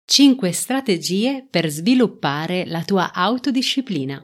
5 strategie per sviluppare la tua autodisciplina.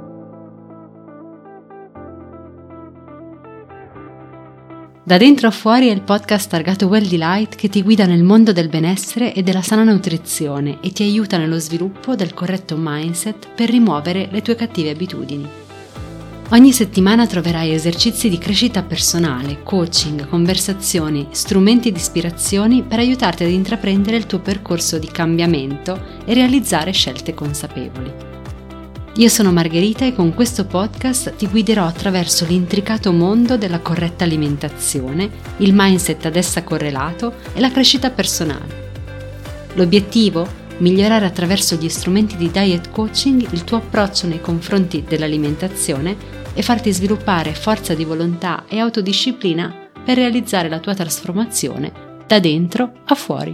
Da dentro a fuori è il podcast targato Well Delight che ti guida nel mondo del benessere e della sana nutrizione e ti aiuta nello sviluppo del corretto mindset per rimuovere le tue cattive abitudini. Ogni settimana troverai esercizi di crescita personale, coaching, conversazioni, strumenti di ispirazione per aiutarti ad intraprendere il tuo percorso di cambiamento e realizzare scelte consapevoli. Io sono Margherita e con questo podcast ti guiderò attraverso l'intricato mondo della corretta alimentazione, il mindset ad essa correlato e la crescita personale. L'obiettivo? Migliorare attraverso gli strumenti di diet coaching il tuo approccio nei confronti dell'alimentazione e farti sviluppare forza di volontà e autodisciplina per realizzare la tua trasformazione da dentro a fuori.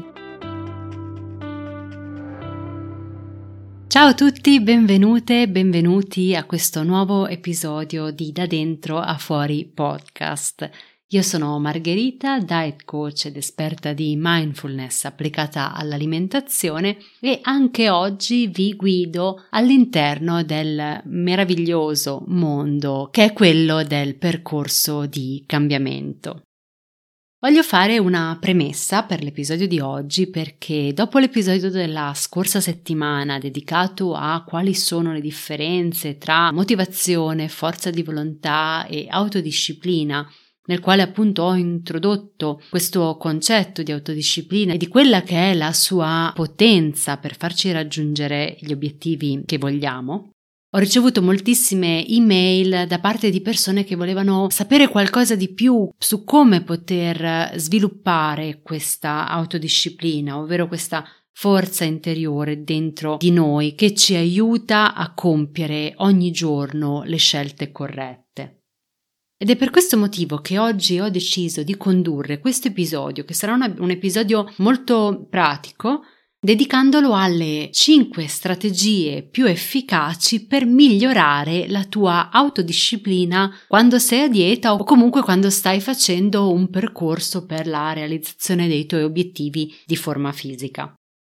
Ciao a tutti, benvenute e benvenuti a questo nuovo episodio di Da Dentro a Fuori podcast. Io sono Margherita, diet coach ed esperta di mindfulness applicata all'alimentazione e anche oggi vi guido all'interno del meraviglioso mondo che è quello del percorso di cambiamento. Voglio fare una premessa per l'episodio di oggi perché dopo l'episodio della scorsa settimana dedicato a quali sono le differenze tra motivazione, forza di volontà e autodisciplina, nel quale appunto ho introdotto questo concetto di autodisciplina e di quella che è la sua potenza per farci raggiungere gli obiettivi che vogliamo, ho ricevuto moltissime email da parte di persone che volevano sapere qualcosa di più su come poter sviluppare questa autodisciplina, ovvero questa forza interiore dentro di noi che ci aiuta a compiere ogni giorno le scelte corrette. Ed è per questo motivo che oggi ho deciso di condurre questo episodio, che sarà un episodio molto pratico, dedicandolo alle 5 strategie più efficaci per migliorare la tua autodisciplina quando sei a dieta o comunque quando stai facendo un percorso per la realizzazione dei tuoi obiettivi di forma fisica.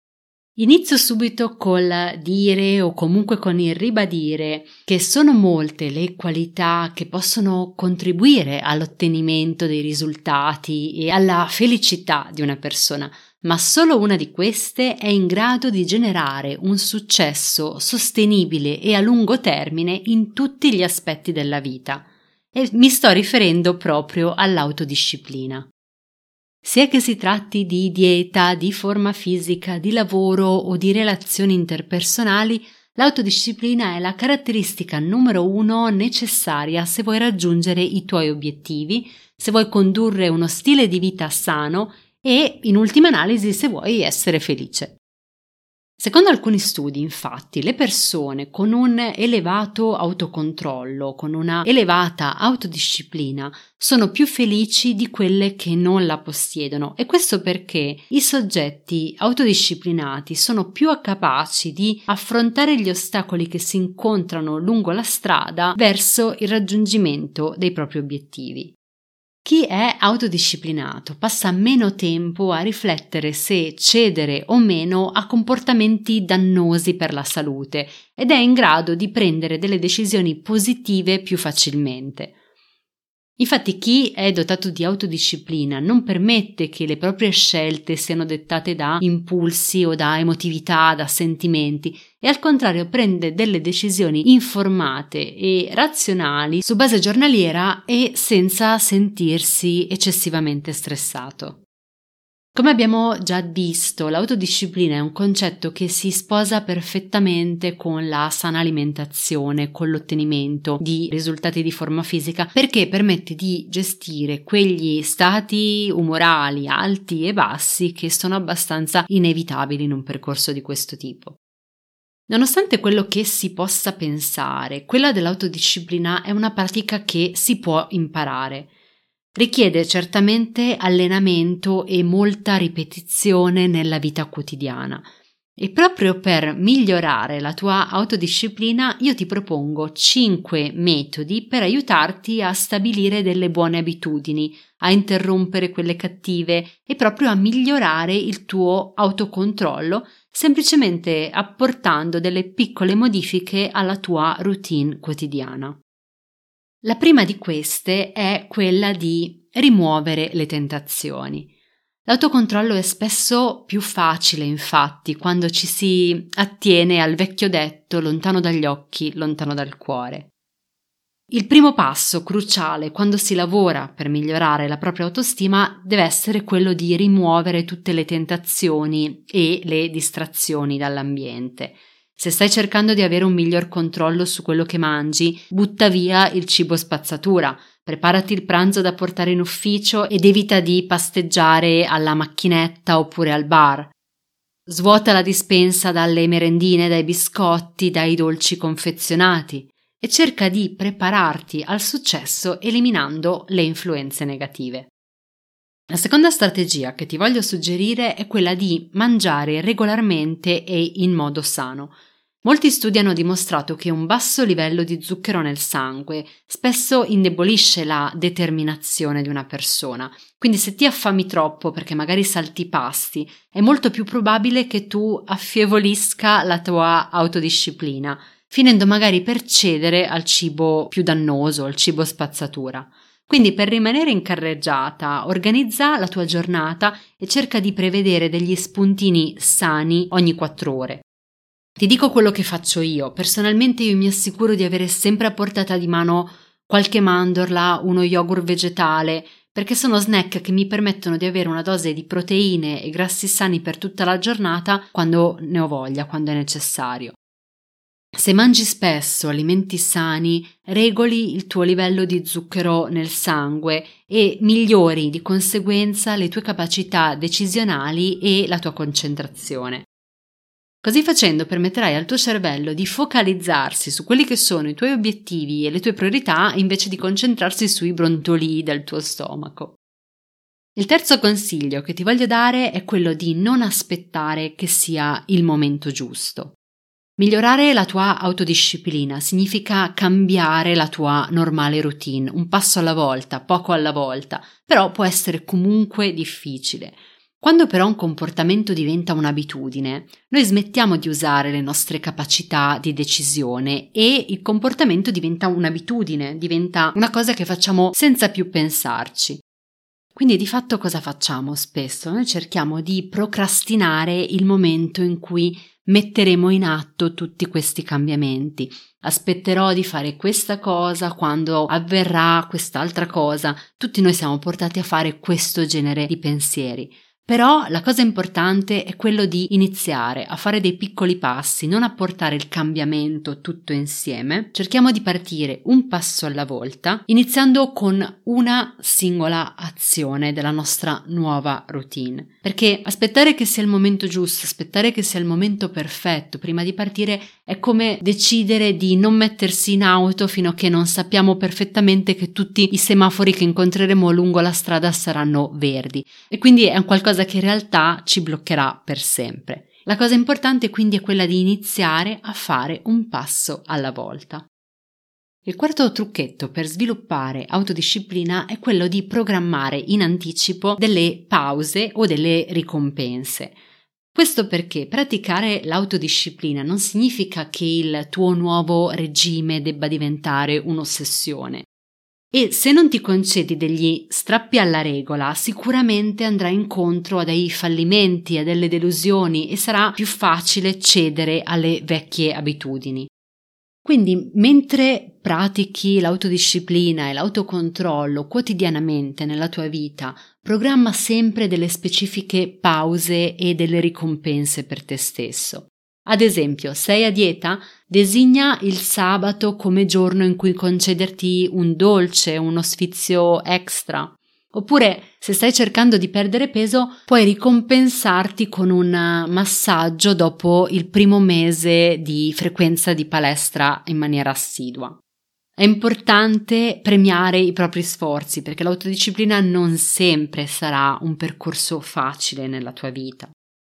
Inizio subito col dire o comunque con il ribadire che sono molte le qualità che possono contribuire all'ottenimento dei risultati e alla felicità di una persona, ma solo una di queste è in grado di generare un successo sostenibile e a lungo termine in tutti gli aspetti della vita. E mi sto riferendo proprio all'autodisciplina. Sia che si tratti di dieta, di forma fisica, di lavoro o di relazioni interpersonali, l'autodisciplina è la caratteristica numero 1 necessaria se vuoi raggiungere i tuoi obiettivi, se vuoi condurre uno stile di vita sano e, in ultima analisi, se vuoi essere felice. Secondo alcuni studi, infatti, le persone con un elevato autocontrollo, con una elevata autodisciplina, sono più felici di quelle che non la possiedono e questo perché i soggetti autodisciplinati sono più capaci di affrontare gli ostacoli che si incontrano lungo la strada verso il raggiungimento dei propri obiettivi. Chi è autodisciplinato passa meno tempo a riflettere se cedere o meno a comportamenti dannosi per la salute ed è in grado di prendere delle decisioni positive più facilmente. Infatti chi è dotato di autodisciplina non permette che le proprie scelte siano dettate da impulsi o da emotività, da sentimenti e al contrario prende delle decisioni informate e razionali su base giornaliera e senza sentirsi eccessivamente stressato. Come abbiamo già visto, l'autodisciplina è un concetto che si sposa perfettamente con la sana alimentazione, con l'ottenimento di risultati di forma fisica, perché permette di gestire quegli stati umorali alti e bassi che sono abbastanza inevitabili in un percorso di questo tipo. Nonostante quello che si possa pensare, quella dell'autodisciplina è una pratica che si può imparare. Richiede certamente allenamento e molta ripetizione nella vita quotidiana, E proprio per migliorare la tua autodisciplina io ti propongo 5 metodi per aiutarti a stabilire delle buone abitudini, a interrompere quelle cattive e proprio a migliorare il tuo autocontrollo, semplicemente apportando delle piccole modifiche alla tua routine quotidiana. La prima di queste è quella di rimuovere le tentazioni. L'autocontrollo è spesso più facile, infatti, quando ci si attiene al vecchio detto lontano dagli occhi, lontano dal cuore. Il primo passo cruciale quando si lavora per migliorare la propria autostima deve essere quello di rimuovere tutte le tentazioni e le distrazioni dall'ambiente. Se stai cercando di avere un miglior controllo su quello che mangi, butta via il cibo spazzatura. Preparati il pranzo da portare in ufficio ed evita di pasteggiare alla macchinetta oppure al bar. Svuota la dispensa dalle merendine, dai biscotti, dai dolci confezionati e cerca di prepararti al successo eliminando le influenze negative. La seconda strategia che ti voglio suggerire è quella di mangiare regolarmente e in modo sano. Molti studi hanno dimostrato che un basso livello di zucchero nel sangue spesso indebolisce la determinazione di una persona. Quindi se ti affami troppo perché magari salti i pasti, è molto più probabile che tu affievolisca la tua autodisciplina, finendo magari per cedere al cibo più dannoso, al cibo spazzatura. Quindi per rimanere in carreggiata, organizza la tua giornata e cerca di prevedere degli spuntini sani ogni 4 ore. Ti dico quello che faccio io. Personalmente io mi assicuro di avere sempre a portata di mano qualche mandorla, uno yogurt vegetale, perché sono snack che mi permettono di avere una dose di proteine e grassi sani per tutta la giornata quando ne ho voglia, quando è necessario. Se mangi spesso alimenti sani, regoli il tuo livello di zucchero nel sangue e migliori di conseguenza le tue capacità decisionali e la tua concentrazione. Così facendo permetterai al tuo cervello di focalizzarsi su quelli che sono i tuoi obiettivi e le tue priorità invece di concentrarsi sui brontolii del tuo stomaco. Il terzo consiglio che ti voglio dare è quello di non aspettare che sia il momento giusto. Migliorare la tua autodisciplina significa cambiare la tua normale routine, un passo alla volta, poco alla volta, però può essere comunque difficile. Quando però un comportamento diventa un'abitudine, noi smettiamo di usare le nostre capacità di decisione e il comportamento diventa un'abitudine, diventa una cosa che facciamo senza più pensarci. Quindi di fatto cosa facciamo spesso? Noi cerchiamo di procrastinare il momento in cui metteremo in atto tutti questi cambiamenti. Aspetterò di fare questa cosa quando avverrà quest'altra cosa. Tutti noi siamo portati a fare questo genere di pensieri. Però la cosa importante è quello di iniziare a fare dei piccoli passi, non a portare il cambiamento tutto insieme. Cerchiamo di partire un passo alla volta, iniziando con una singola azione della nostra nuova routine. Perché aspettare che sia il momento giusto, aspettare che sia il momento perfetto prima di partire è come decidere di non mettersi in auto fino a che non sappiamo perfettamente che tutti i semafori che incontreremo lungo la strada saranno verdi. E quindi è un qualcosa che in realtà ci bloccherà per sempre. La cosa importante quindi è quella di iniziare a fare un passo alla volta. Il quarto trucchetto per sviluppare autodisciplina è quello di programmare in anticipo delle pause o delle ricompense. Questo perché praticare l'autodisciplina non significa che il tuo nuovo regime debba diventare un'ossessione. E se non ti concedi degli strappi alla regola, sicuramente andrai incontro a dei fallimenti, a delle delusioni e sarà più facile cedere alle vecchie abitudini. Quindi, mentre pratichi l'autodisciplina e l'autocontrollo quotidianamente nella tua vita, programma sempre delle specifiche pause e delle ricompense per te stesso. Ad esempio, sei a dieta? Designa il sabato come giorno in cui concederti un dolce, uno sfizio extra. Oppure, se stai cercando di perdere peso, puoi ricompensarti con un massaggio dopo il primo mese di frequenza di palestra in maniera assidua. È importante premiare i propri sforzi perché l'autodisciplina non sempre sarà un percorso facile nella tua vita.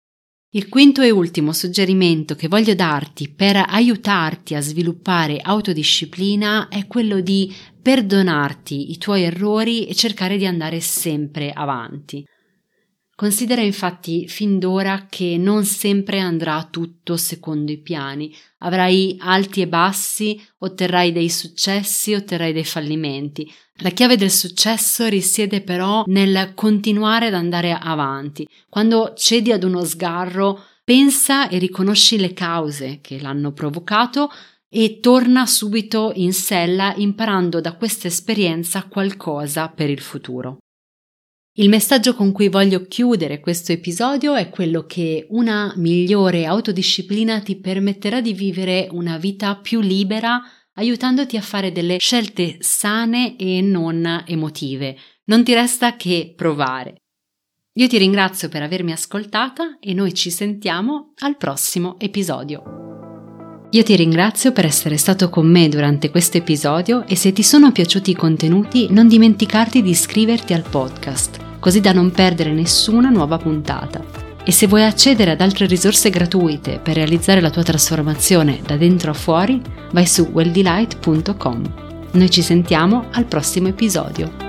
Il quinto e ultimo suggerimento che voglio darti per aiutarti a sviluppare autodisciplina è quello di perdonarti i tuoi errori e cercare di andare sempre avanti. Considera infatti fin d'ora che non sempre andrà tutto secondo i piani. Avrai alti e bassi, otterrai dei successi, otterrai dei fallimenti. La chiave del successo risiede però nel continuare ad andare avanti. Quando cedi ad uno sgarro, pensa e riconosci le cause che l'hanno provocato e torna subito in sella imparando da questa esperienza qualcosa per il futuro. Il messaggio con cui voglio chiudere questo episodio è quello che una migliore autodisciplina ti permetterà di vivere una vita più libera, aiutandoti a fare delle scelte sane e non emotive. Non ti resta che provare. Io ti ringrazio per avermi ascoltata e noi ci sentiamo al prossimo episodio. Io ti ringrazio per essere stato con me durante questo episodio e se ti sono piaciuti i contenuti non dimenticarti di iscriverti al podcast, così da non perdere nessuna nuova puntata. E se vuoi accedere ad altre risorse gratuite per realizzare la tua trasformazione da dentro a fuori, vai su welldelight.com. Noi ci sentiamo al prossimo episodio.